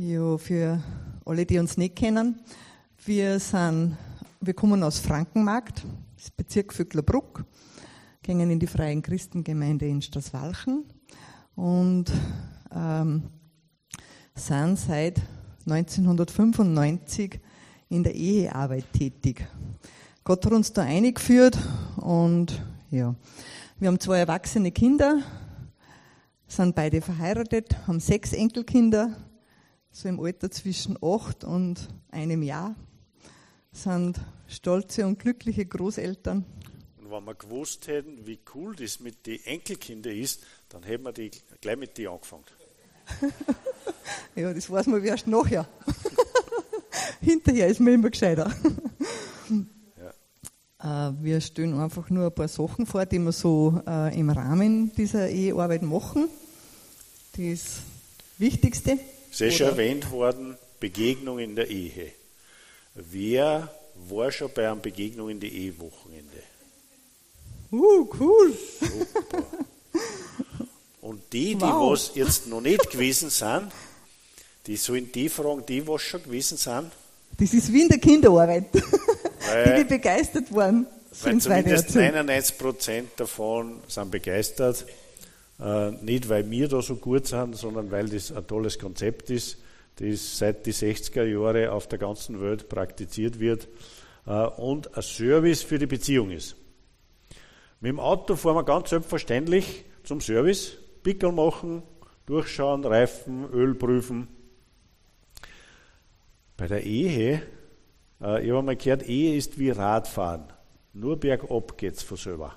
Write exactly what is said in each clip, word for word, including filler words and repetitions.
Ja, für alle, die uns nicht kennen, wir sind, wir kommen aus Frankenmarkt, das Bezirk Vöcklerbruck, gehen in die Freien Christengemeinde in Straßwalchen und ähm, sind seit neunzehnhundertfünfundneunzig in der Ehearbeit tätig. Gott hat uns da eingeführt und ja, wir haben zwei erwachsene Kinder, sind beide verheiratet, haben sechs Enkelkinder, so im Alter zwischen acht und einem Jahr, sind stolze und glückliche Großeltern. Und wenn wir gewusst hätten, wie cool das mit den Enkelkindern ist, dann hätten wir die gleich mit denen angefangen. Ja, das weiß man erst nachher. Hinterher ist man immer gescheiter. Ja. Äh, wir stellen einfach nur ein paar Sachen vor, die wir so äh, im Rahmen dieser Ehearbeit machen. Das Wichtigste. Es ist schon erwähnt worden, Begegnung in der Ehe. Wer war schon bei einer Begegnung in der Ehewochenende? Uh, cool. Super. Und die, die Wow. was jetzt noch nicht gewesen sind, die sollen die fragen, die was schon gewesen sind. Das ist wie in der Kinderarbeit. Weil, die, die begeistert waren, weil sind weiter zumindest erzählt. neunundneunzig Prozent davon sind begeistert. Äh, nicht, weil wir da so gut sind, sondern weil das ein tolles Konzept ist, das seit die sechziger Jahre auf der ganzen Welt praktiziert wird äh, und ein Service für die Beziehung ist. Mit dem Auto fahren wir ganz selbstverständlich zum Service, Pickel machen, durchschauen, Reifen, Öl prüfen. Bei der Ehe, äh, ich habe mal gehört, Ehe ist wie Radfahren. Nur bergab geht es von selber.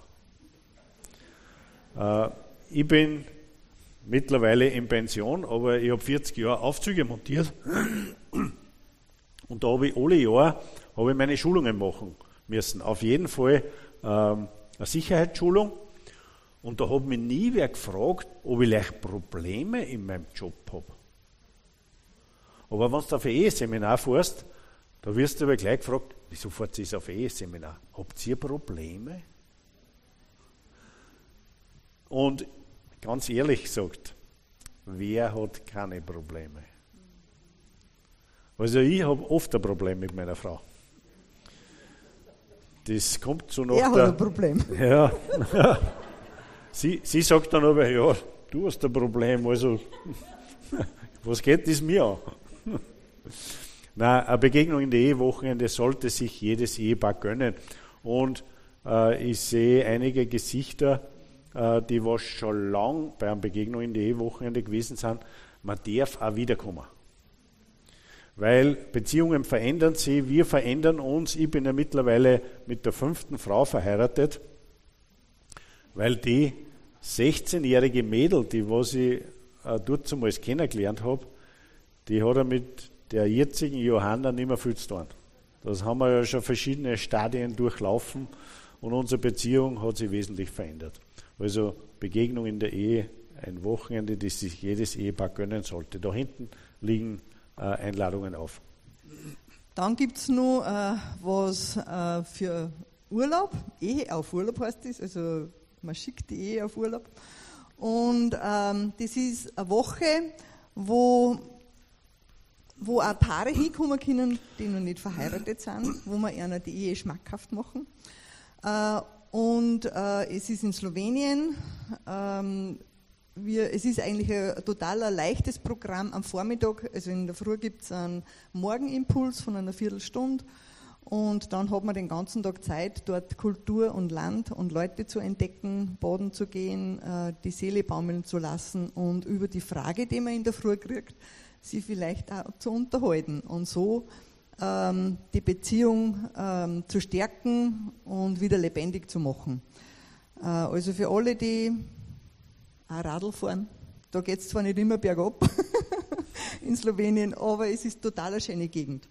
Äh, ich bin mittlerweile in Pension, aber ich habe vierzig Jahre Aufzüge montiert. Und da habe ich alle Jahre habe ich meine Schulungen machen müssen. Auf jeden Fall ähm, eine Sicherheitsschulung. Und da hat mich nie wer gefragt, ob ich leicht Probleme in meinem Job habe. Aber wenn du auf ein Eheseminar fährst, da wirst du aber gleich gefragt, wieso fährt ihr auf ein Eheseminar? Habt ihr Probleme? Und ganz ehrlich gesagt, wer hat keine Probleme? Also ich habe oft ein Problem mit meiner Frau. Das kommt so nach Er hat der... ein Problem. Ja. Sie, sie sagt dann aber, ja, du hast ein Problem, also was geht das mir an? Nein, eine Begegnung in der Ehewochenende sollte sich jedes Ehepaar gönnen. Und äh, ich sehe einige Gesichter, äh, die was schon lang bei einer Begegnung in der Ehewochenende gewesen sind. Man darf auch wiederkommen. Weil Beziehungen verändern sich, wir verändern uns. Ich bin ja mittlerweile mit der fünften Frau verheiratet, weil die sechzehnjährige Mädel, die was ich äh, dort zumals kennengelernt habe, die hat er mit der jetzigen Johanna nicht mehr viel zu tun. Das haben wir ja schon verschiedene Stadien durchlaufen und unsere Beziehung hat sich wesentlich verändert. Also Begegnung in der Ehe, ein Wochenende, das sich jedes Ehepaar gönnen sollte. Da hinten liegen äh, Einladungen auf. Dann gibt es noch äh, was äh, für Urlaub. Ehe auf Urlaub heißt das, also man schickt die Ehe auf Urlaub. Und ähm, das ist eine Woche, wo, wo auch Paare hinkommen können, die noch nicht verheiratet sind, wo wir ihnen die Ehe schmackhaft machen. Äh, und äh, es ist in Slowenien. Ähm, wir, es ist eigentlich ein total ein leichtes Programm am Vormittag. Also in der Früh gibt es einen Morgenimpuls von einer Viertelstunde. Und dann hat man den ganzen Tag Zeit, dort Kultur und Land und Leute zu entdecken, baden zu gehen, die Seele baumeln zu lassen und über die Frage, die man in der Früh kriegt, sie vielleicht auch zu unterhalten und so ähm, die Beziehung ähm, zu stärken und wieder lebendig zu machen. Äh, also für alle, die auch Radl fahren, da geht es zwar nicht immer bergab in Slowenien, aber es ist total eine schöne Gegend.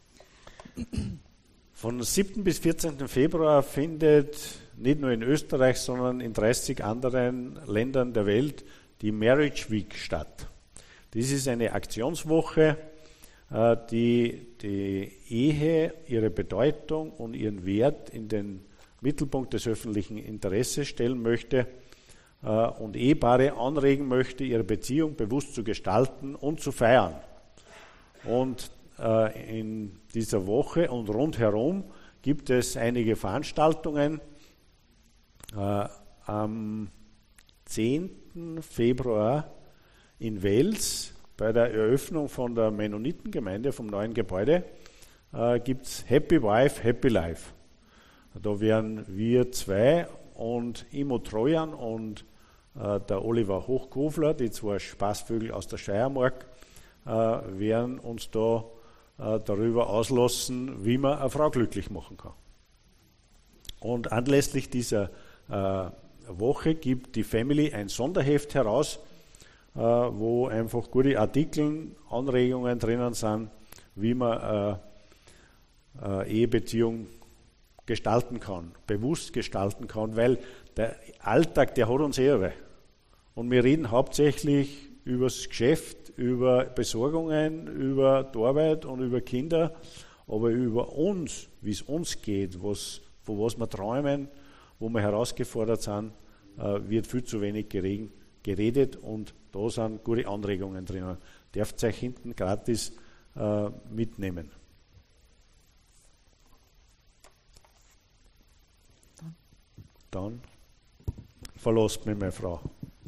Von siebten bis vierzehnten Februar findet nicht nur in Österreich, sondern in dreißig anderen Ländern der Welt die Marriage Week statt. Dies ist eine Aktionswoche, die die Ehe, ihre Bedeutung und ihren Wert in den Mittelpunkt des öffentlichen Interesses stellen möchte und Ehepaare anregen möchte, ihre Beziehung bewusst zu gestalten und zu feiern. Und äh, in dieser Woche und rundherum gibt es einige Veranstaltungen. Äh, am zehnten Februar in Wels bei der Eröffnung von der Mennonitengemeinde vom neuen Gebäude äh, gibt es Happy Wife, Happy Life. Da werden wir zwei und Imo Trojan und äh, der Oliver Hochkofler, die zwei Spaßvögel aus der Steiermark, äh, werden uns da äh, darüber auslassen, wie man eine Frau glücklich machen kann. Und anlässlich dieser äh, Woche gibt die Family ein Sonderheft heraus, äh, wo einfach gute Artikel, Anregungen drinnen sind, wie man äh, äh, Ehebeziehung gestalten kann, bewusst gestalten kann, weil der Alltag, der hat uns eh. Und wir reden hauptsächlich über das Geschäft, über Besorgungen, über die Arbeit und über Kinder, aber über uns, wie es uns geht, was, von was wir träumen, wo wir herausgefordert sind, äh, wird viel zu wenig geredet und da sind gute Anregungen drin. Dürft ihr euch hinten gratis äh, mitnehmen. Dann verlasst mich meine Frau.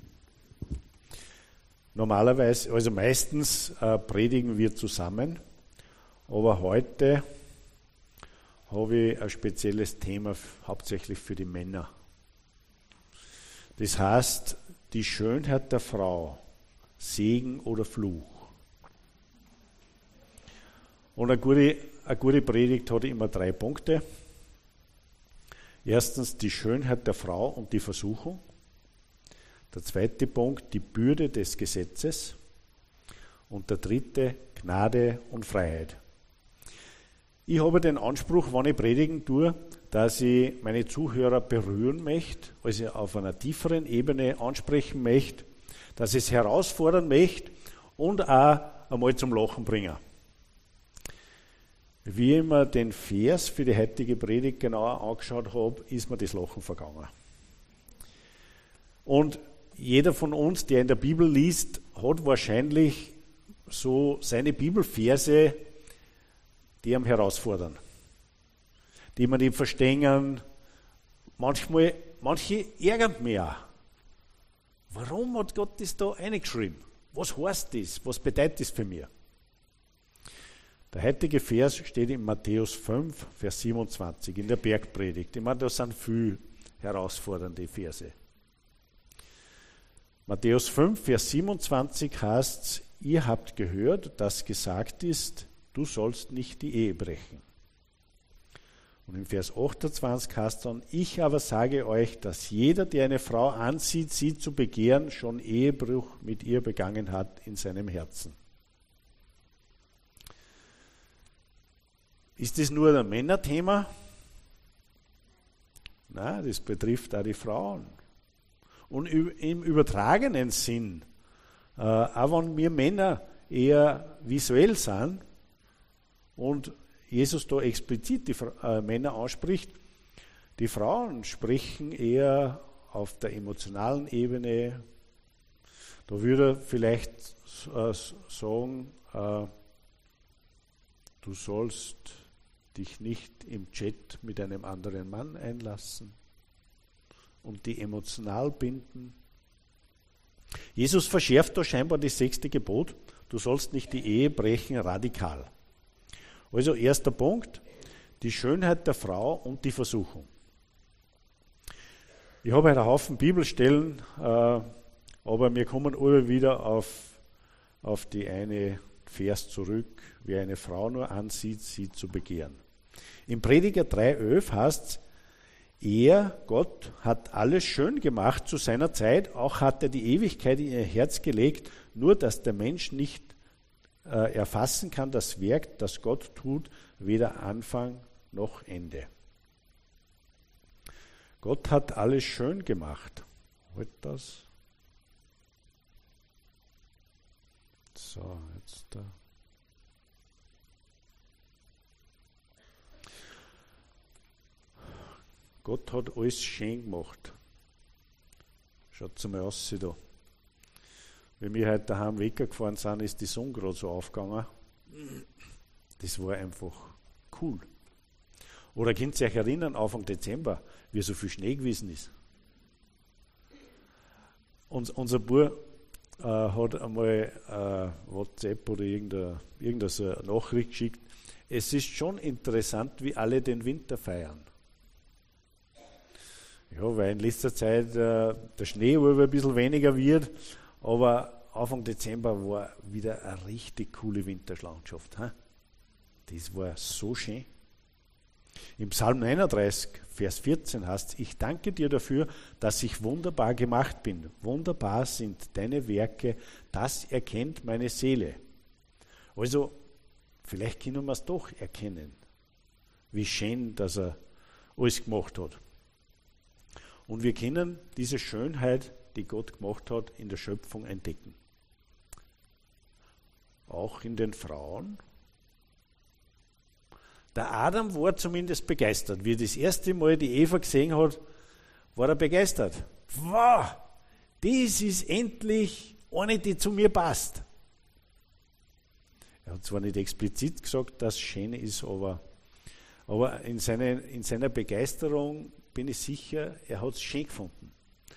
Normalerweise, also meistens äh, predigen wir zusammen, aber heute habe ich ein spezielles Thema f- hauptsächlich für die Männer. Das heißt, die Schönheit der Frau, Segen oder Fluch. Und eine gute, eine gute Predigt hat immer drei Punkte. Erstens die Schönheit der Frau und die Versuchung. Der zweite Punkt, die Bürde des Gesetzes. Und der dritte, Gnade und Freiheit. Ich habe den Anspruch, wenn ich predigen tue, dass ich meine Zuhörer berühren möchte, also auf einer tieferen Ebene ansprechen möchte, dass ich es herausfordern möchte und auch einmal zum Lachen bringen. Wie ich mir den Vers für die heutige Predigt genauer angeschaut habe, ist mir das Lachen vergangen. Und jeder von uns, der in der Bibel liest, hat wahrscheinlich so seine Bibelverse, die ihn herausfordern, die man nicht verstehen. Manchmal, manche ärgern mich auch. Warum hat Gott das da eingeschrieben? Was heißt das? Was bedeutet das für mich? Der heutige Vers steht in Matthäus fünf, Vers siebenundzwanzig, in der Bergpredigt. Ich meine, das sind viele herausfordernde Verse. Matthäus fünf, Vers siebenundzwanzig heißt es, ihr habt gehört, dass gesagt ist, du sollst nicht die Ehe brechen. Und im Vers achtundzwanzig heißt es dann, ich aber sage euch, dass jeder, der eine Frau ansieht, sie zu begehren, schon Ehebruch mit ihr begangen hat in seinem Herzen. Ist das nur ein Männerthema? Nein, das betrifft auch die Frauen. Und im übertragenen Sinn, äh, auch wenn wir Männer eher visuell sind und Jesus da explizit die äh, Männer anspricht, die Frauen sprechen eher auf der emotionalen Ebene. Da würde er vielleicht äh, sagen, äh, du sollst dich nicht im Chat mit einem anderen Mann einlassen und die emotional binden. Jesus verschärft da scheinbar das sechste Gebot, du sollst nicht die Ehe brechen, radikal. Also erster Punkt, die Schönheit der Frau und die Versuchung. Ich habe einen Haufen Bibelstellen, äh, aber wir kommen alle wieder auf, auf die eine Vers zurück, wer eine Frau nur ansieht, sie zu begehren. Im Prediger drei elf heißt es, er, Gott, hat alles schön gemacht zu seiner Zeit, auch hat er die Ewigkeit in ihr Herz gelegt, nur dass der Mensch nicht äh, erfassen kann, das Werk, das Gott tut, weder Anfang noch Ende. Gott hat alles schön gemacht. Halt das. So, jetzt da. Gott hat alles schön gemacht. Schaut mal aus da. Wenn wir heute daheim weggefahren sind, ist die Sonne gerade so aufgegangen. Das war einfach cool. Oder könnt ihr euch erinnern, Anfang Dezember, wie so viel Schnee gewesen ist? Uns, unser Bub äh, hat einmal äh, WhatsApp oder irgendeine, irgendeine so eine Nachricht geschickt. Es ist schon interessant, wie alle den Winter feiern. Ja, weil in letzter Zeit äh, der Schnee ein bisschen weniger wird, aber Anfang Dezember war wieder eine richtig coole Winterlandschaft. He? Das war so schön. Im Psalm neununddreißig, Vers vierzehn heißt es: Ich danke dir dafür, dass ich wunderbar gemacht bin. Wunderbar sind deine Werke, das erkennt meine Seele. Also, vielleicht können wir es doch erkennen, wie schön, dass er alles gemacht hat. Und wir können diese Schönheit, die Gott gemacht hat, in der Schöpfung entdecken. Auch in den Frauen. Der Adam war zumindest begeistert. Wie er das erste Mal die Eva gesehen hat, war er begeistert. Wow, das ist endlich eine, die zu mir passt. Er hat zwar nicht explizit gesagt, dass es schön ist, aber, aber in, seine, in seiner Begeisterung bin ich sicher, er hat es schön gefunden.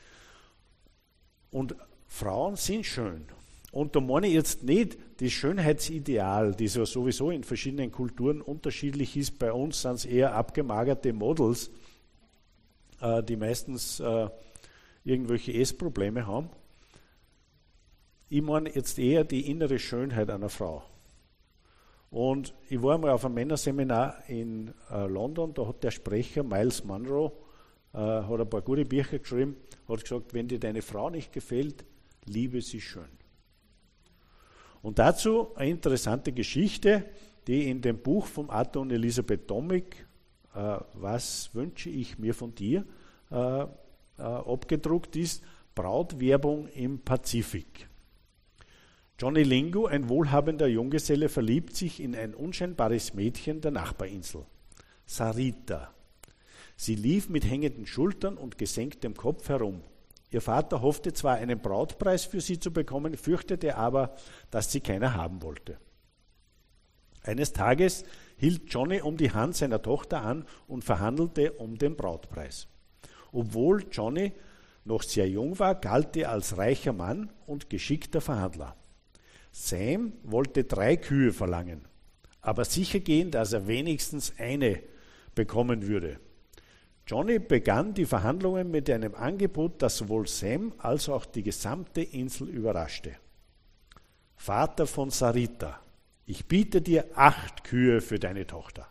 Und Frauen sind schön. Und da meine ich jetzt nicht das Schönheitsideal, das ja sowieso in verschiedenen Kulturen unterschiedlich ist. Bei uns sind es eher abgemagerte Models, äh, die meistens äh, irgendwelche Essprobleme haben. Ich meine jetzt eher die innere Schönheit einer Frau. Und ich war einmal auf einem Männerseminar in äh, London, da hat der Sprecher Miles Monroe äh, hat ein paar gute Bücher geschrieben, hat gesagt, wenn dir deine Frau nicht gefällt, liebe sie schön. Und dazu eine interessante Geschichte, die in dem Buch von Arthur und Elisabeth Tomic, äh, Was wünsche ich mir von dir, äh, äh, abgedruckt ist, Brautwerbung im Pazifik. Johnny Lingo, ein wohlhabender Junggeselle, verliebt sich in ein unscheinbares Mädchen der Nachbarinsel, Sarita. Sie lief mit hängenden Schultern und gesenktem Kopf herum. Ihr Vater hoffte zwar, einen Brautpreis für sie zu bekommen, fürchtete aber, dass sie keiner haben wollte. Eines Tages hielt Johnny um die Hand seiner Tochter an und verhandelte um den Brautpreis. Obwohl Johnny noch sehr jung war, galt er als reicher Mann und geschickter Verhandler. Sam wollte drei Kühe verlangen, aber sicher gehen, dass er wenigstens eine bekommen würde. Johnny begann die Verhandlungen mit einem Angebot, das sowohl Sam als auch die gesamte Insel überraschte. Vater von Sarita, ich biete dir acht Kühe für deine Tochter.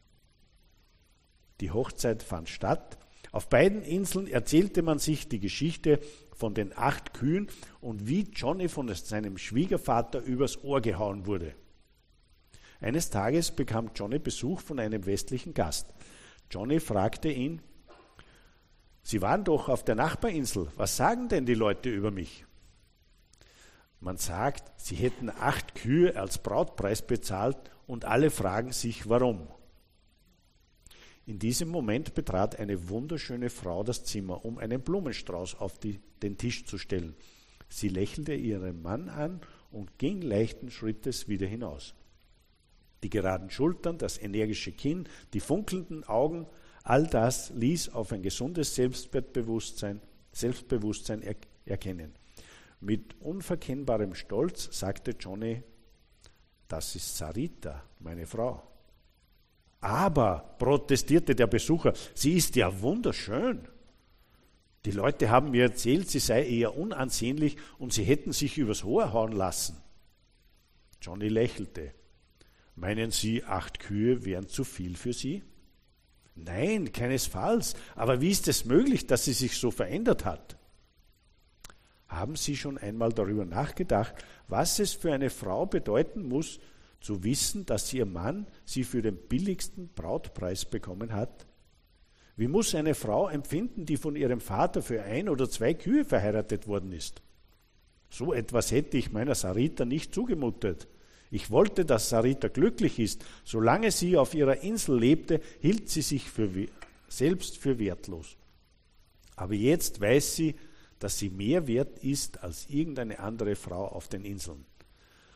Die Hochzeit fand statt. Auf beiden Inseln erzählte man sich die Geschichte von den acht Kühen und wie Johnny von seinem Schwiegervater übers Ohr gehauen wurde. Eines Tages bekam Johnny Besuch von einem westlichen Gast. Johnny fragte ihn: Sie waren doch auf der Nachbarinsel, was sagen denn die Leute über mich? Man sagt, sie hätten acht Kühe als Brautpreis bezahlt und alle fragen sich, warum. In diesem Moment betrat eine wunderschöne Frau das Zimmer, um einen Blumenstrauß auf die, den Tisch zu stellen. Sie lächelte ihren Mann an und ging leichten Schrittes wieder hinaus. Die geraden Schultern, das energische Kinn, die funkelnden Augen, all das ließ auf ein gesundes Selbstbewusstsein, Selbstbewusstsein er, erkennen. Mit unverkennbarem Stolz sagte Johnny: Das ist Sarita, meine Frau. Aber, protestierte der Besucher, sie ist ja wunderschön. Die Leute haben mir erzählt, sie sei eher unansehnlich und sie hätten sich übers Ohr hauen lassen. Johnny lächelte. Meinen Sie, acht Kühe wären zu viel für Sie? Nein, keinesfalls. Aber wie ist es möglich, dass sie sich so verändert hat? Haben Sie schon einmal darüber nachgedacht, was es für eine Frau bedeuten muss, zu wissen, dass ihr Mann sie für den billigsten Brautpreis bekommen hat? Wie muss eine Frau empfinden, die von ihrem Vater für ein oder zwei Kühe verheiratet worden ist? So etwas hätte ich meiner Sarita nicht zugemutet. Ich wollte, dass Sarita glücklich ist. Solange sie auf ihrer Insel lebte, hielt sie sich für, selbst für wertlos. Aber jetzt weiß sie, dass sie mehr wert ist als irgendeine andere Frau auf den Inseln.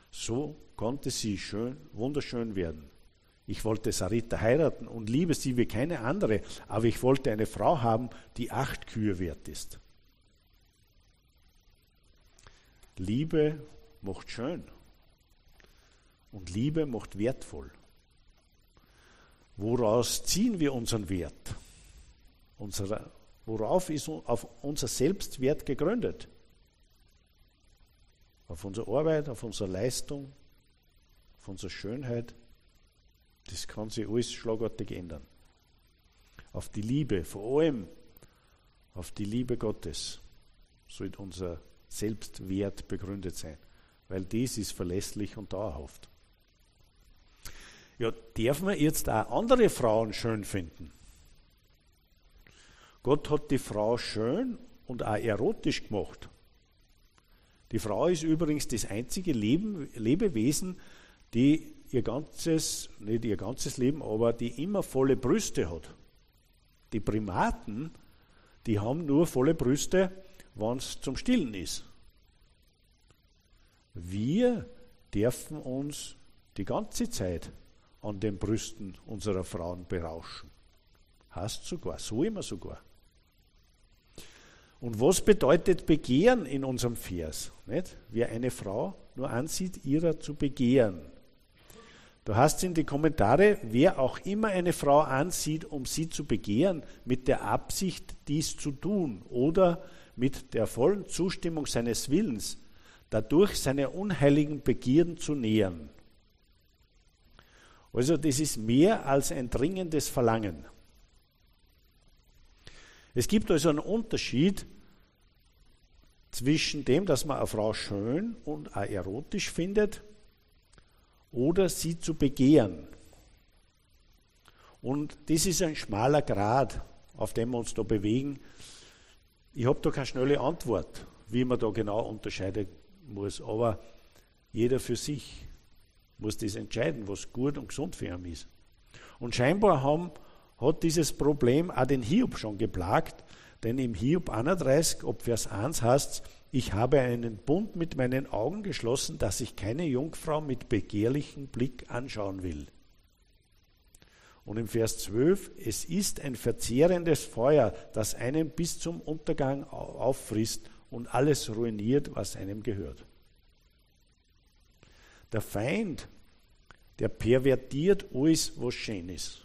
So konnte sie schön, wunderschön werden. Ich wollte Sarita heiraten und liebe sie wie keine andere, aber ich wollte eine Frau haben, die acht Kühe wert ist. Liebe macht schön und Liebe macht wertvoll. Woraus ziehen wir unseren Wert? Unsere, worauf ist auf unser Selbstwert gegründet? Auf unsere Arbeit, auf unsere Leistung, auf unsere Schönheit? Das kann sich alles schlagartig ändern. Auf die Liebe, vor allem auf die Liebe Gottes, sollte unser Selbstwert begründet sein, weil dies ist verlässlich und dauerhaft. Ja, darf man jetzt auch andere Frauen schön finden? Gott hat die Frau schön und auch erotisch gemacht. Die Frau ist übrigens das einzige Leben, Lebewesen, die ihr ganzes, nicht ihr ganzes Leben, aber die immer volle Brüste hat. Die Primaten, die haben nur volle Brüste, wenn es zum Stillen ist. Wir dürfen uns die ganze Zeit an den Brüsten unserer Frauen berauschen. Heißt sogar, so immer sogar. Und was bedeutet Begehren in unserem Vers? Nicht? Wer eine Frau nur ansieht, ihrer zu begehren. Da heißt es in die Kommentare, wer auch immer eine Frau ansieht, um sie zu begehren, mit der Absicht, dies zu tun oder mit der vollen Zustimmung seines Willens, dadurch seine unheiligen Begierden zu nähern. Also das ist mehr als ein dringendes Verlangen. Es gibt also einen Unterschied zwischen dem, dass man eine Frau schön und auch erotisch findet oder sie zu begehren. Und das ist ein schmaler Grat, auf dem wir uns da bewegen. Ich habe da keine schnelle Antwort, wie man da genau unterscheiden muss, aber jeder für sich muss das entscheiden, was gut und gesund für ihn ist. Und scheinbar haben, hat dieses Problem auch den Hiob schon geplagt, denn im Hiob einunddreißig, ab Vers eins heißt es, ich habe einen Bund mit meinen Augen geschlossen, dass ich keine Jungfrau mit begehrlichem Blick anschauen will. Und im Vers zwölf, es ist ein verzehrendes Feuer, das einen bis zum Untergang auffrisst und alles ruiniert, was einem gehört. Der Feind, der pervertiert alles, was schön ist.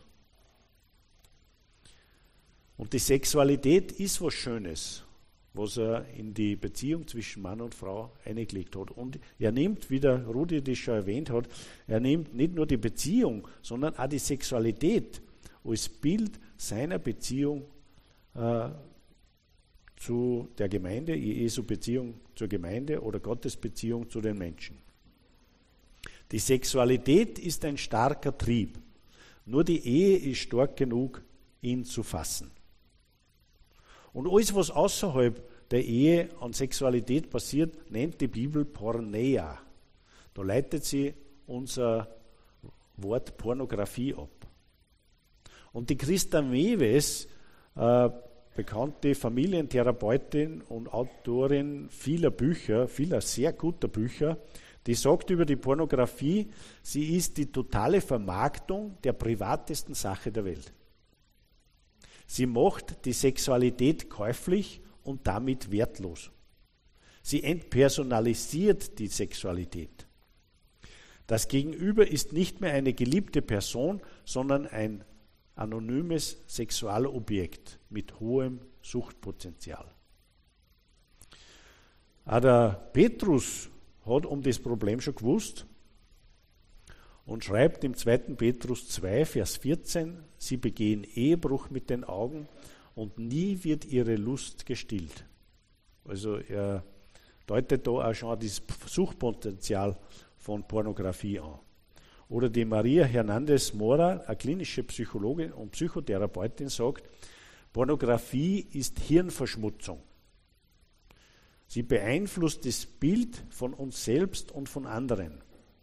Und die Sexualität ist was Schönes, was er in die Beziehung zwischen Mann und Frau eingelegt hat. Und er nimmt, wie der Rudi das schon erwähnt hat, er nimmt nicht nur die Beziehung, sondern auch die Sexualität als Bild seiner Beziehung äh, zu der Gemeinde, Jesu Beziehung zur Gemeinde oder Gottes Beziehung zu den Menschen. Die Sexualität ist ein starker Trieb. Nur die Ehe ist stark genug, ihn zu fassen. Und alles, was außerhalb der Ehe an Sexualität passiert, nennt die Bibel Porneia. Da leitet sie unser Wort Pornografie ab. Und die Christa Mewes, äh, bekannte Familientherapeutin und Autorin vieler Bücher, vieler sehr guter Bücher, die sagt über die Pornografie, sie ist die totale Vermarktung der privatesten Sache der Welt. Sie macht die Sexualität käuflich und damit wertlos. Sie entpersonalisiert die Sexualität. Das Gegenüber ist nicht mehr eine geliebte Person, sondern ein anonymes Sexualobjekt mit hohem Suchtpotenzial. Auch der Petrus hat um das Problem schon gewusst und schreibt im zweiten Petrus zwei, Vers vierzehn, sie begehen Ehebruch mit den Augen und nie wird ihre Lust gestillt. Also er deutet da auch schon das Suchtpotenzial von Pornografie an. Oder die Maria Hernandez Mora, eine klinische Psychologin und Psychotherapeutin, sagt, Pornografie ist Hirnverschmutzung. Sie beeinflusst das Bild von uns selbst und von anderen.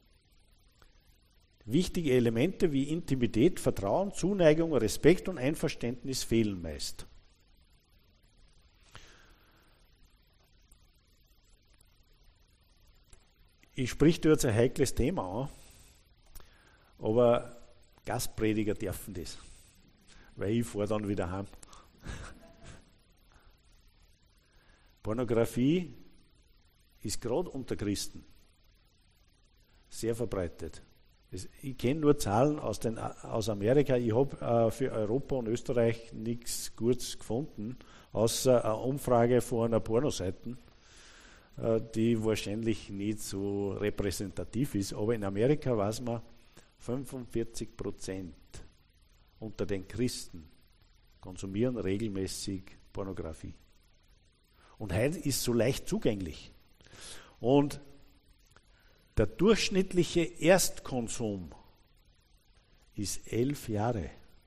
Wichtige Elemente wie Intimität, Vertrauen, Zuneigung, Respekt und Einverständnis fehlen meist. ich sprich dir jetzt ein heikles Thema an, aber Gastprediger dürfen das, weil ich fahre dann wieder heim. Pornografie ist gerade unter Christen sehr verbreitet. Ich kenne nur Zahlen aus, den, aus Amerika. Ich habe äh, für Europa und Österreich nichts Gutes gefunden, außer eine Umfrage von einer Pornoseite, äh, die wahrscheinlich nicht so repräsentativ ist. Aber in Amerika weiß man, fünfundvierzig Prozent unter den Christen konsumieren regelmäßig Pornografie. Und heute ist es so leicht zugänglich. Und der durchschnittliche Erstkonsum ist elf Jahre.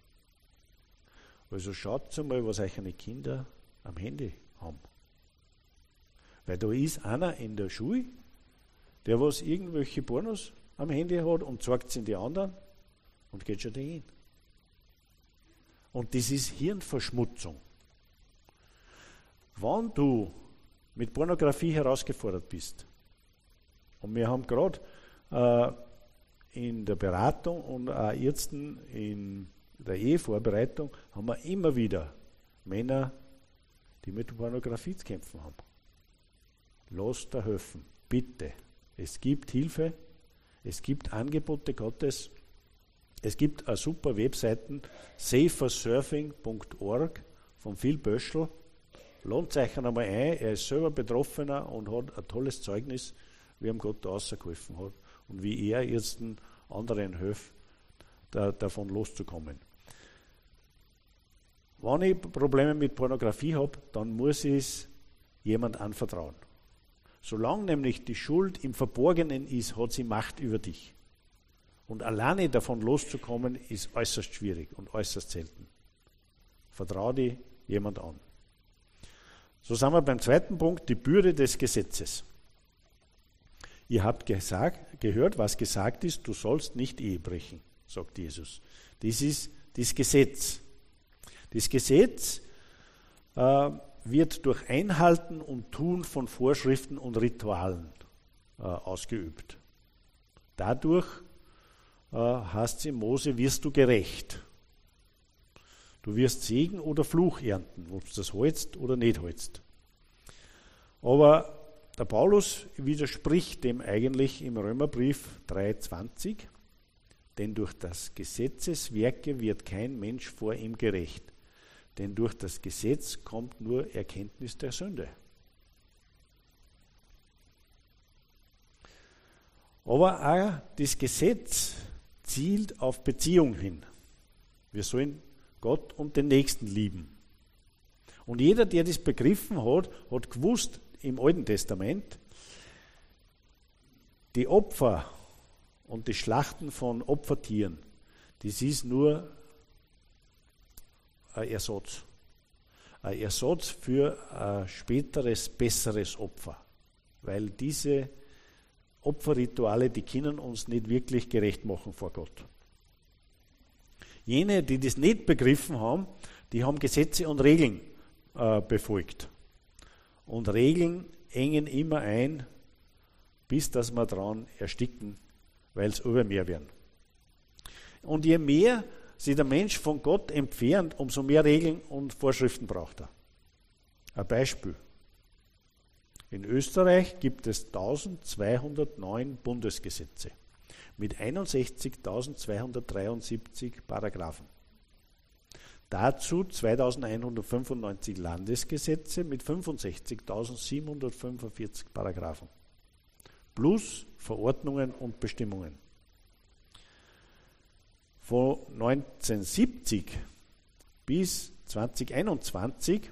Also schaut mal, was eure Kinder am Handy haben. Weil da ist einer in der Schule, der was irgendwelche Pornos am Handy hat und zeigt es in die anderen und geht schon dahin. Und das ist Hirnverschmutzung. Wenn du mit Pornografie herausgefordert bist, und wir haben gerade äh, in der Beratung und auch jetzt in der Ehevorbereitung, haben wir immer wieder Männer, die mit Pornografie zu kämpfen haben. Lasst da helfen, bitte. Es gibt Hilfe, es gibt Angebote Gottes, es gibt eine super Webseiten, safer surfing punkt org von Phil Böschel. Lohnt euch einmal ein, er ist selber Betroffener und hat ein tolles Zeugnis, wie ihm Gott da rausgeholfen hat und wie er jetzt anderen hilft, da, davon loszukommen. Wenn ich Probleme mit Pornografie habe, dann muss ich es jemand anvertrauen. Solange nämlich die Schuld im Verborgenen ist, hat sie Macht über dich. Und alleine davon loszukommen, ist äußerst schwierig und äußerst selten. Vertraue dich jemand an. So sind wir beim zweiten Punkt, die Bürde des Gesetzes. Ihr habt gesagt, gehört, was gesagt ist, du sollst nicht Ehe brechen, sagt Jesus. Das ist das Gesetz. Das Gesetz äh, wird durch Einhalten und Tun von Vorschriften und Ritualen äh, ausgeübt. Dadurch äh, heißt es in Mose, wirst du gerecht. Du wirst Segen oder Fluch ernten, ob du das hältst oder nicht hältst. Aber der Paulus widerspricht dem eigentlich im Römerbrief drei zwanzig, denn durch das Gesetzeswerke wird kein Mensch vor ihm gerecht, denn durch das Gesetz kommt nur Erkenntnis der Sünde. Aber auch das Gesetz zielt auf Beziehung hin. Wir sollen Gott und den Nächsten lieben. Und jeder, der das begriffen hat, hat gewusst im Alten Testament, die Opfer und die Schlachten von Opfertieren, das ist nur ein Ersatz. Ein Ersatz für ein späteres, besseres Opfer. Weil diese Opferrituale, die können uns nicht wirklich gerecht machen vor Gott. Jene, die das nicht begriffen haben, die haben Gesetze und Regeln äh, befolgt. Und Regeln engen immer ein, bis dass wir daran ersticken, weil es über mehr werden. Und je mehr sich der Mensch von Gott entfernt, umso mehr Regeln und Vorschriften braucht er. Ein Beispiel. In Österreich gibt es eintausendzweihundertneun Bundesgesetze mit einundsechzigtausendzweihundertdreiundsiebzig Paragraphen. Dazu zweitausendeinhundertfünfundneunzig Landesgesetze mit fünfundsechzigtausendsiebenhundertfünfundvierzig Paragraphen. Plus Verordnungen und Bestimmungen. Von neunzehnhundertsiebzig bis zweitausendeinundzwanzig,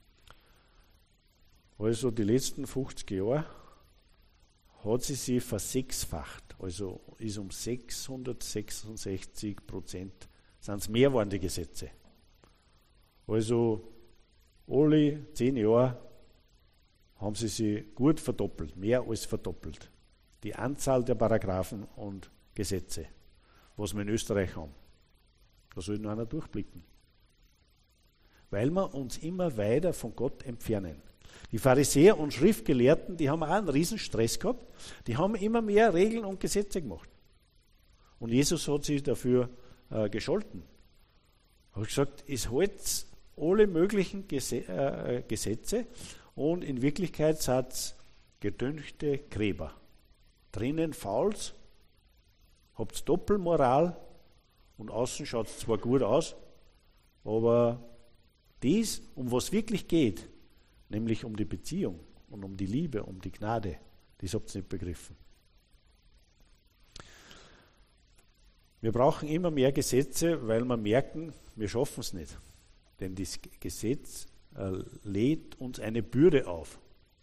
also die letzten fünfzig Jahre, hat sie sich versechsfacht. Also ist um sechshundertsechsundsechzig Prozent sind es mehr geworden, die Gesetze. Also alle zehn Jahre haben sie sich gut verdoppelt, mehr als verdoppelt. Die Anzahl der Paragraphen und Gesetze, was wir in Österreich haben. Da soll nur einer durchblicken. Weil wir uns immer weiter von Gott entfernen. Die Pharisäer und Schriftgelehrten, die haben auch einen riesen Stress gehabt. Die haben immer mehr Regeln und Gesetze gemacht. Und Jesus hat sie dafür äh, gescholten. Er hat gesagt, es hält alle möglichen Gese- äh, Gesetze und in Wirklichkeit sind es gedüngte Gräber. Drinnen Fouls, habt Doppelmoral und außen schaut es zwar gut aus, aber das, um was wirklich geht, nämlich um die Beziehung und um die Liebe, um die Gnade, das habt ihr nicht begriffen. Wir brauchen immer mehr Gesetze, weil wir merken, wir schaffen es nicht. Denn das Gesetz äh, lädt uns eine Bürde auf.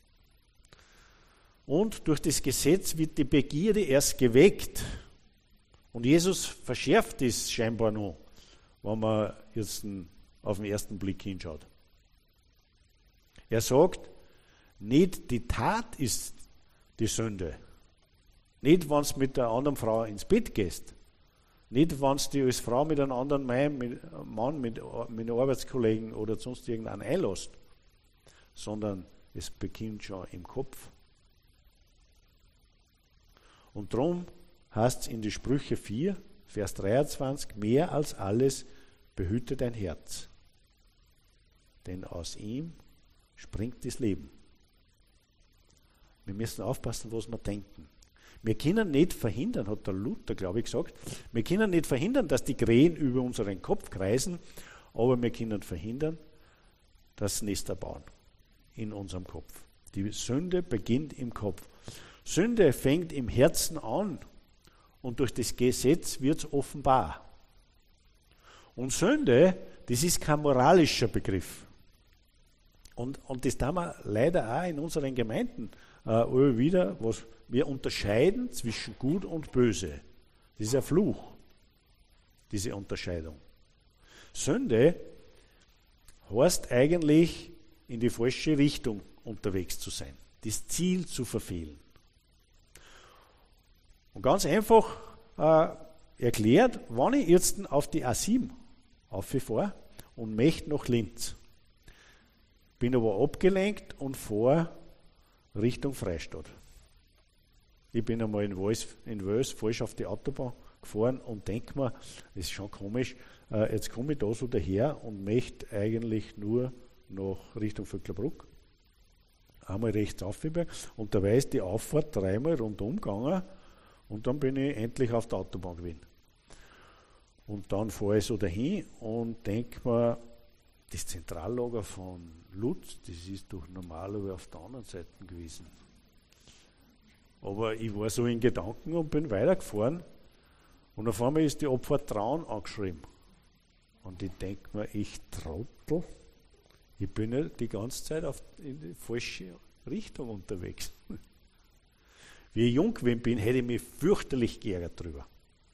Und durch das Gesetz wird die Begierde erst geweckt. Und Jesus verschärft das scheinbar noch, wenn man jetzt auf den ersten Blick hinschaut. Er sagt, nicht die Tat ist die Sünde. Nicht, wenn du mit der anderen Frau ins Bett gehst. Nicht, wenn du dich als Frau mit einem anderen Mann, mit, Mann, mit, mit einem Arbeitskollegen oder sonst irgendeinen einlässt. Sondern es beginnt schon im Kopf. Und darum heißt es in die Sprüche vier, Vers dreiundzwanzig, mehr als alles behüte dein Herz. Denn aus ihm springt das Leben. Wir müssen aufpassen, was wir denken. Wir können nicht verhindern, hat der Luther, glaube ich, gesagt, wir können nicht verhindern, dass die Krähen über unseren Kopf kreisen, aber wir können verhindern, dass Nester bauen in unserem Kopf. Die Sünde beginnt im Kopf. Sünde fängt im Herzen an und durch das Gesetz wird es offenbar. Und Sünde, das ist kein moralischer Begriff. Und, und das tun wir leider auch in unseren Gemeinden äh, immer wieder, was wir unterscheiden zwischen Gut und Böse. Das ist ein Fluch, diese Unterscheidung. Sünde heißt eigentlich, in die falsche Richtung unterwegs zu sein, das Ziel zu verfehlen. Und ganz einfach äh, erklärt, wenn ich jetzt auf die A sieben auffahre und möchte nach Linz, bin aber abgelenkt und fahre Richtung Freistadt. Ich bin einmal in Wels, in Wels falsch auf die Autobahn gefahren und denke mir, das ist schon komisch, äh, jetzt komme ich da so daher und möchte eigentlich nur nach Richtung Vöcklerbruck. Einmal rechts aufgegangen und dabei ist die Auffahrt dreimal rundum gegangen und dann bin ich endlich auf der Autobahn gewesen. Und dann fahre ich so dahin und denke mir, das Zentrallager von Lutz, das ist doch normalerweise auf der anderen Seite gewesen. Aber ich war so in Gedanken und bin weitergefahren und auf einmal ist die Abfahrt Traun angeschrieben. Und ich denke mir, ich Trottel, ich bin ja die ganze Zeit auf, in die falsche Richtung unterwegs. Wie ich jung gewesen bin, hätte ich mich fürchterlich geärgert drüber.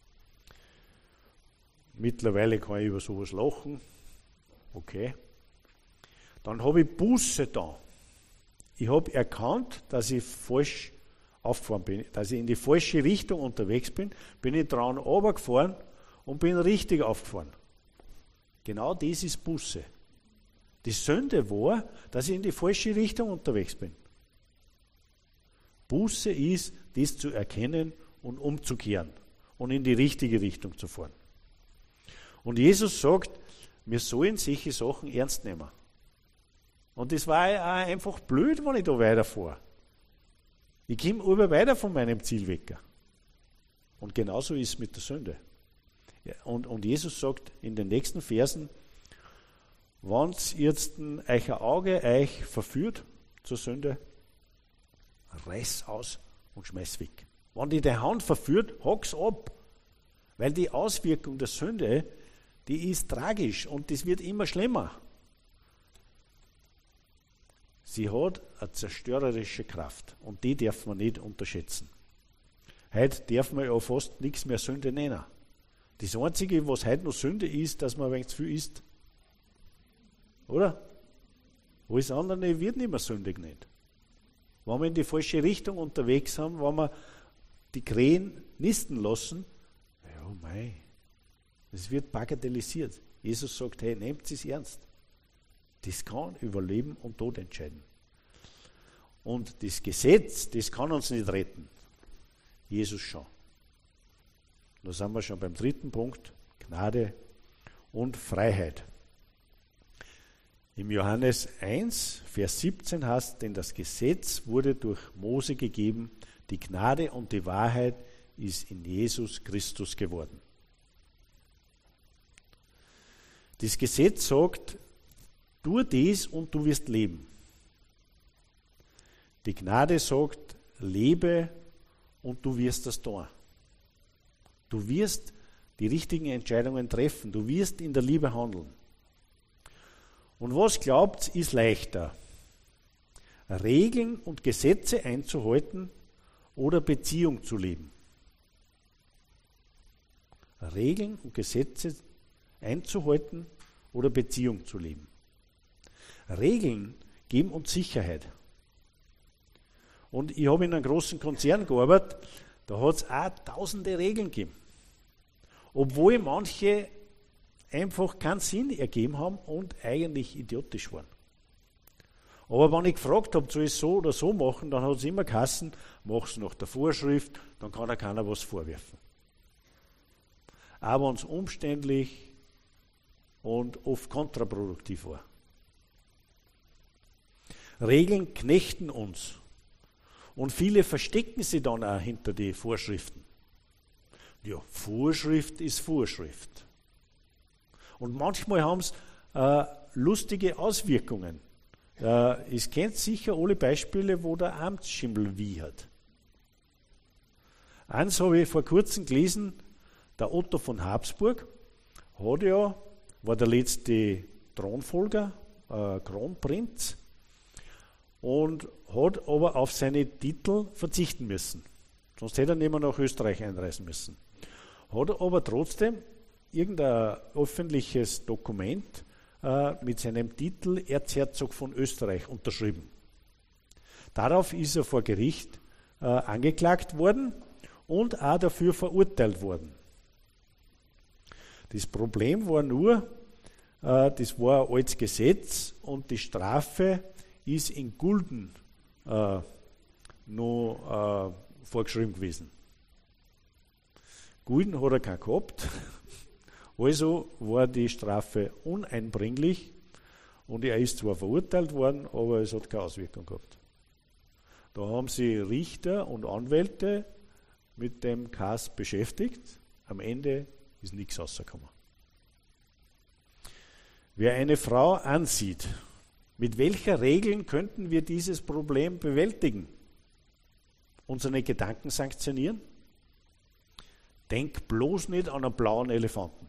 Mittlerweile kann ich über sowas lachen. Okay. Dann habe ich Buße da. Ich habe erkannt, dass ich falsch aufgefahren bin, dass ich in die falsche Richtung unterwegs bin, bin ich dran runtergefahren und bin richtig aufgefahren. Genau das ist Buße. Die Sünde war, dass ich in die falsche Richtung unterwegs bin. Buße ist, das zu erkennen und umzukehren und in die richtige Richtung zu fahren. Und Jesus sagt, wir sollen solche Sachen ernst nehmen. Und das war auch einfach blöd, wenn ich da weiterfahre. Ich komme immer weiter von meinem Ziel weg. Und genauso ist es mit der Sünde. Und, und Jesus sagt in den nächsten Versen, wenn jetzt euch ein Auge euch verführt zur Sünde, reiß aus und schmeiß weg. Wenn die deine Hand verführt, hack's ab. Weil die Auswirkung der Sünde, die ist tragisch und das wird immer schlimmer. Sie hat eine zerstörerische Kraft und die darf man nicht unterschätzen. Heute darf man ja fast nichts mehr Sünde nennen. Das Einzige, was heute noch Sünde ist, dass man ein wenig zu viel isst. Oder? Alles andere wird nicht mehr Sünde genannt. Wenn wir in die falsche Richtung unterwegs sind, wenn wir die Krähen nisten lassen, ja mei, es wird bagatellisiert. Jesus sagt, hey, nehmt es ernst. Das kann über Leben und Tod entscheiden. Und das Gesetz, das kann uns nicht retten. Jesus schon. Da sind wir schon beim dritten Punkt, Gnade und Freiheit. Im Johannes eins, Vers siebzehn heißt, denn das Gesetz wurde durch Mose gegeben, die Gnade und die Wahrheit ist in Jesus Christus geworden. Das Gesetz sagt, tu dies und du wirst leben. Die Gnade sagt, lebe und du wirst das tun. Du wirst die richtigen Entscheidungen treffen. Du wirst in der Liebe handeln. Und was glaubt, ist leichter? Regeln und Gesetze einzuhalten oder Beziehung zu leben? Regeln und Gesetze einzuhalten oder Beziehung zu leben? Regeln geben uns Sicherheit. Und ich habe in einem großen Konzern gearbeitet, da hat es auch tausende Regeln gegeben. Obwohl manche einfach keinen Sinn ergeben haben und eigentlich idiotisch waren. Aber wenn ich gefragt habe, soll ich es so oder so machen, dann hat es immer geheißen, mach es nach der Vorschrift, dann kann da keiner was vorwerfen. Aber wenn es umständlich und oft kontraproduktiv war. Regeln knechten uns. Und viele verstecken sich dann auch hinter die Vorschriften. Ja, Vorschrift ist Vorschrift. Und manchmal haben es äh, lustige Auswirkungen. Äh, ihr kennt sicher alle Beispiele, wo der Amtsschimmel wiehert. Eins habe ich vor kurzem gelesen, der Otto von Habsburg hat ja, war der letzte Thronfolger, äh, Kronprinz, und hat aber auf seine Titel verzichten müssen. Sonst hätte er nicht mehr nach Österreich einreisen müssen. Hat aber trotzdem irgendein öffentliches Dokument äh, mit seinem Titel Erzherzog von Österreich unterschrieben. Darauf ist er vor Gericht äh, angeklagt worden und auch dafür verurteilt worden. Das Problem war nur, äh, das war ein altes Gesetz und die Strafe ist in Gulden äh, noch äh, vorgeschrieben gewesen. Gulden hat er keinen gehabt, also war die Strafe uneinbringlich und er ist zwar verurteilt worden, aber es hat keine Auswirkung gehabt. Da haben sie Richter und Anwälte mit dem Kass beschäftigt, am Ende ist nichts rausgekommen. Wer eine Frau ansieht, mit welchen Regeln könnten wir dieses Problem bewältigen? Unsere Gedanken sanktionieren? Denk bloß nicht an einen blauen Elefanten.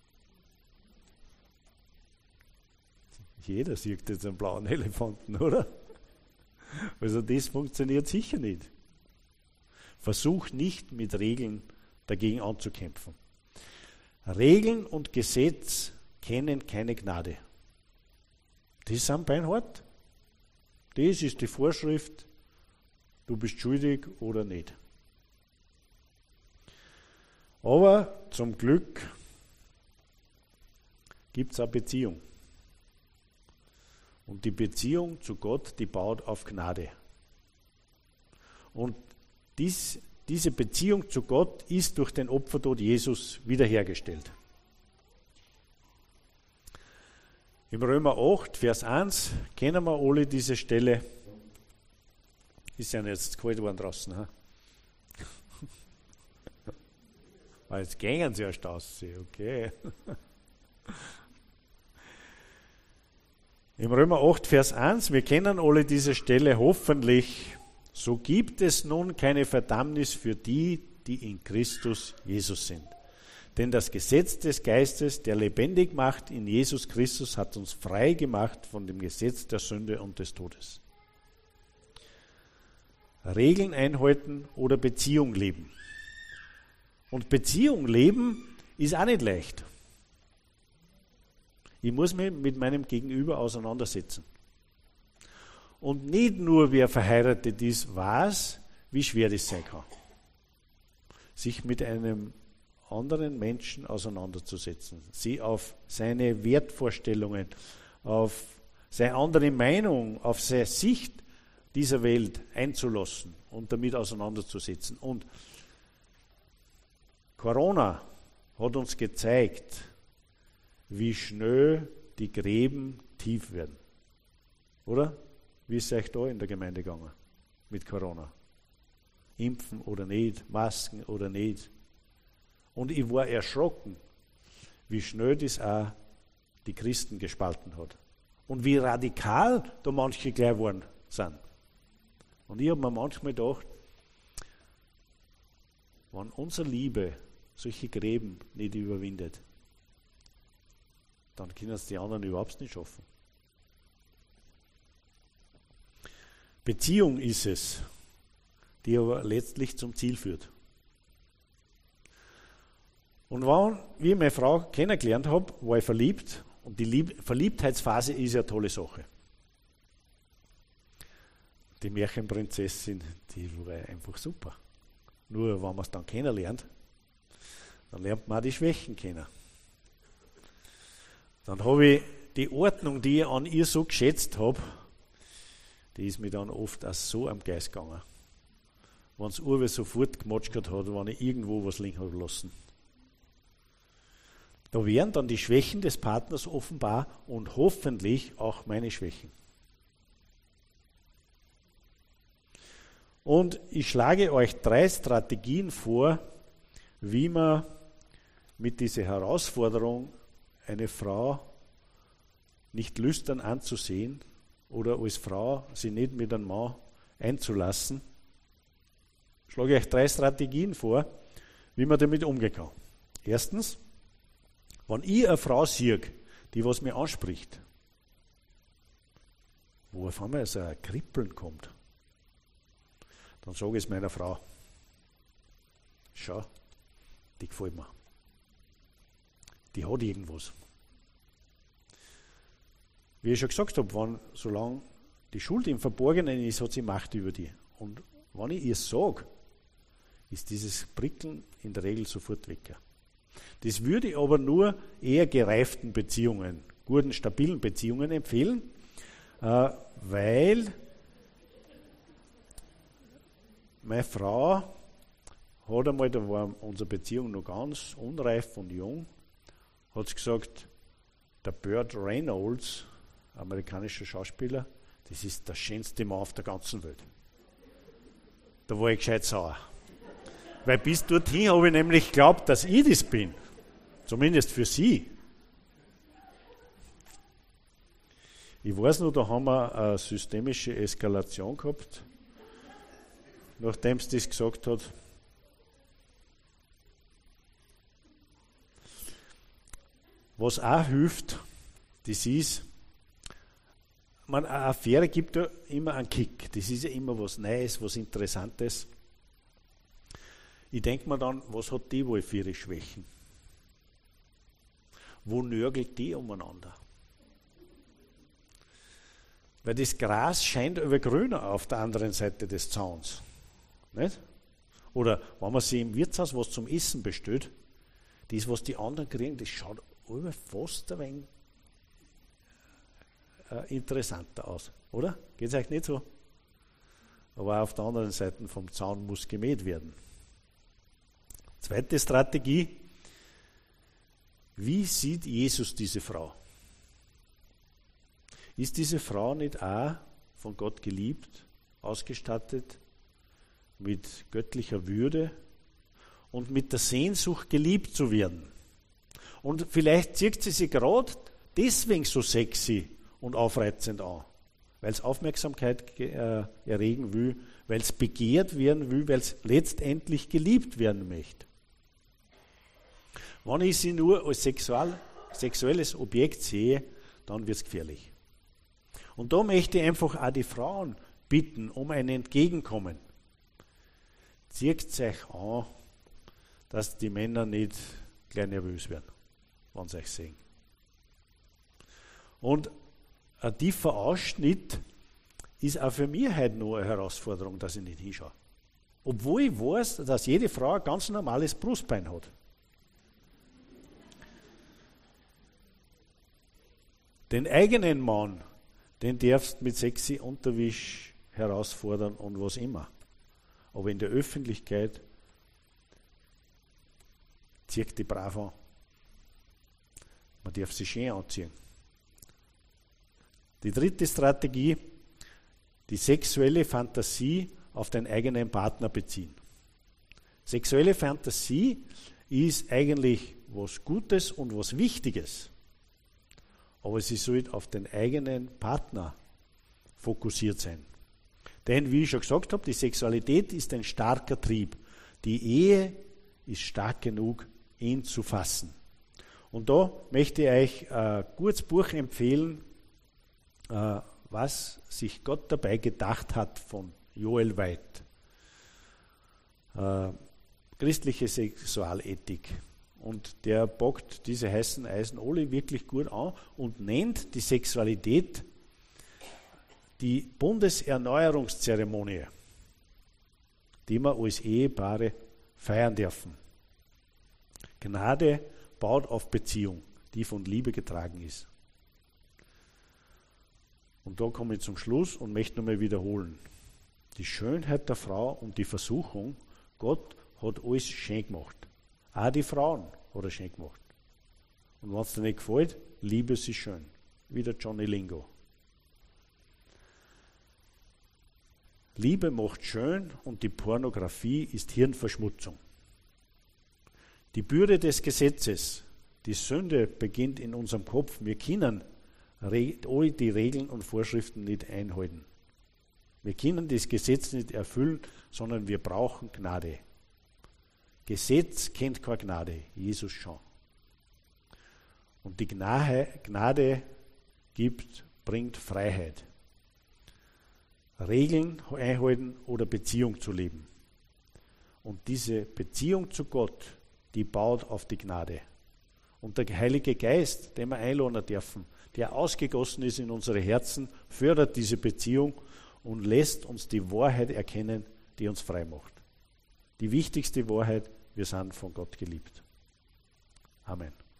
Jeder sieht jetzt einen blauen Elefanten, oder? Also das funktioniert sicher nicht. Versuch nicht mit Regeln dagegen anzukämpfen. Regeln und Gesetz kennen keine Gnade. Die sind beinhart. Das ist die Vorschrift, du bist schuldig oder nicht. Aber zum Glück gibt es eine Beziehung. Und die Beziehung zu Gott, die baut auf Gnade. Und dies, diese Beziehung zu Gott ist durch den Opfertod Jesus wiederhergestellt. Im Römer acht, Vers eins, kennen wir alle diese Stelle. Ist ja jetzt kalt geworden draußen. Ha? Jetzt gehen sie erst aus, okay. Im Römer acht, Vers eins, wir kennen alle diese Stelle hoffentlich. So gibt es nun keine Verdammnis für die, die in Christus Jesus sind. Denn das Gesetz des Geistes, der lebendig macht in Jesus Christus, hat uns frei gemacht von dem Gesetz der Sünde und des Todes. Regeln einhalten oder Beziehung leben. Und Beziehung leben ist auch nicht leicht. Ich muss mich mit meinem Gegenüber auseinandersetzen. Und nicht nur wer verheiratet ist, weiß, wie schwer das sein kann. Sich mit einem anderen Menschen auseinanderzusetzen, sie auf seine Wertvorstellungen, auf seine andere Meinung, auf seine Sicht, dieser Welt einzulassen und damit auseinanderzusetzen. Und Corona hat uns gezeigt, wie schnell die Gräben tief werden. Oder? Wie ist es euch da in der Gemeinde gegangen mit Corona? Impfen oder nicht, Masken oder nicht. Und ich war erschrocken, wie schnell das auch die Christen gespalten hat. Und wie radikal da manche gleich geworden sind. Und ich habe mir manchmal gedacht, wenn unsere Liebe solche Gräben nicht überwindet, dann können es die anderen überhaupt nicht schaffen. Beziehung ist es, die aber letztlich zum Ziel führt. Und wenn ich meine Frau kennengelernt habe, war ich verliebt. Und die Lieb- Verliebtheitsphase ist ja eine tolle Sache. Die Märchenprinzessin, die war einfach super. Nur wenn man es dann kennenlernt, dann lernt man auch die Schwächen kennen. Dann habe ich die Ordnung, die ich an ihr so geschätzt habe, die ist mir dann oft auch so am Geist gegangen. Wenn es Uwe sofort gematschert hat, wenn ich irgendwo was liegen habe lassen. Da wären dann die Schwächen des Partners offenbar und hoffentlich auch meine Schwächen. Und ich schlage euch drei Strategien vor, wie man mit dieser Herausforderung, eine Frau nicht lüstern anzusehen oder als Frau sie nicht mit einem Mann einzulassen, schlage ich euch drei Strategien vor, wie man damit umgehen kann. Erstens, wenn ich eine Frau sehe, die was mir anspricht, wo auf einmal so ein Kribbeln kommt, dann sage ich es meiner Frau, schau, die gefällt mir. Die hat irgendwas. Wie ich schon gesagt habe, wenn, solange die Schuld im Verborgenen ist, hat sie Macht über die. Und wenn ich ihr sage, ist dieses Prickeln in der Regel sofort weg. Das würde ich aber nur eher gereiften Beziehungen, guten, stabilen Beziehungen empfehlen, äh, weil meine Frau hat einmal, da war unsere Beziehung noch ganz unreif und jung, hat sie gesagt, der Burt Reynolds, amerikanischer Schauspieler, das ist der schönste Mann auf der ganzen Welt. Da war ich gescheit sauer. Weil bis dorthin habe ich nämlich geglaubt, dass ich das bin. Zumindest für sie. Ich weiß noch, da haben wir eine systemische Eskalation gehabt, nachdem sie das gesagt hat. Was auch hilft, das ist, man, eine Affäre gibt ja immer einen Kick. Das ist ja immer was Neues, was Interessantes. Ich denke mir dann, was hat die wohl für ihre Schwächen? Wo nörgelt die umeinander? Weil das Gras scheint über grüner auf der anderen Seite des Zauns. Nicht? Oder wenn man sich im Wirtshaus was zum Essen bestellt, das, was die anderen kriegen, das schaut über fast ein wenig äh, interessanter aus. Oder? Geht es euch nicht so? Aber auf der anderen Seite vom Zaun muss gemäht werden. Zweite Strategie. Wie sieht Jesus diese Frau? Ist diese Frau nicht auch von Gott geliebt, ausgestattet mit göttlicher Würde und mit der Sehnsucht, geliebt zu werden? Und vielleicht zieht sie sich gerade deswegen so sexy und aufreizend an, weil es Aufmerksamkeit äh, erregen will, weil es begehrt werden will, weil es letztendlich geliebt werden möchte. Wenn ich sie nur als sexual, sexuelles Objekt sehe, dann wird es gefährlich. Und da möchte ich einfach auch die Frauen bitten um ein Entgegenkommen. Zieht euch an, dass die Männer nicht gleich nervös werden, wenn sie euch sehen. Und ein tiefer Ausschnitt ist auch für mich heute noch eine Herausforderung, dass ich nicht hinschaue. Obwohl ich weiß, dass jede Frau ein ganz normales Brustbein hat. Den eigenen Mann, den darfst du mit sexy Unterwäsch herausfordern und was immer. Aber in der Öffentlichkeit zieht die brav an. Man darf sich schön anziehen. Die dritte Strategie, die sexuelle Fantasie auf den eigenen Partner beziehen. Sexuelle Fantasie ist eigentlich was Gutes und was Wichtiges. Aber sie sollte auf den eigenen Partner fokussiert sein. Denn, wie ich schon gesagt habe, die Sexualität ist ein starker Trieb. Die Ehe ist stark genug, ihn zu fassen. Und da möchte ich euch ein gutes Buch empfehlen, was sich Gott dabei gedacht hat, von Joel White. Christliche Sexualethik. Und der packt diese heißen Eisen alle wirklich gut an und nennt die Sexualität die Bundeserneuerungszeremonie, die wir als Ehepaare feiern dürfen. Gnade baut auf Beziehung, die von Liebe getragen ist. Und da komme ich zum Schluss und möchte nochmal wiederholen. Die Schönheit der Frau und die Versuchung, Gott hat alles schön gemacht. Auch die Frauen hat er schön gemacht. Und wenn es dir nicht gefällt, Liebe ist schön. Wie der Johnny Lingo. Liebe macht schön und die Pornografie ist Hirnverschmutzung. Die Bürde des Gesetzes, die Sünde beginnt in unserem Kopf. Wir können alle die Regeln und Vorschriften nicht einhalten. Wir können das Gesetz nicht erfüllen, sondern wir brauchen Gnade. Gesetz kennt keine Gnade, Jesus schon. Und die Gnade gibt, bringt Freiheit. Regeln einhalten oder Beziehung zu leben. Und diese Beziehung zu Gott, die baut auf die Gnade. Und der Heilige Geist, den wir einladen dürfen, der ausgegossen ist in unsere Herzen, fördert diese Beziehung und lässt uns die Wahrheit erkennen, die uns frei macht. Die wichtigste Wahrheit, wir sind von Gott geliebt. Amen.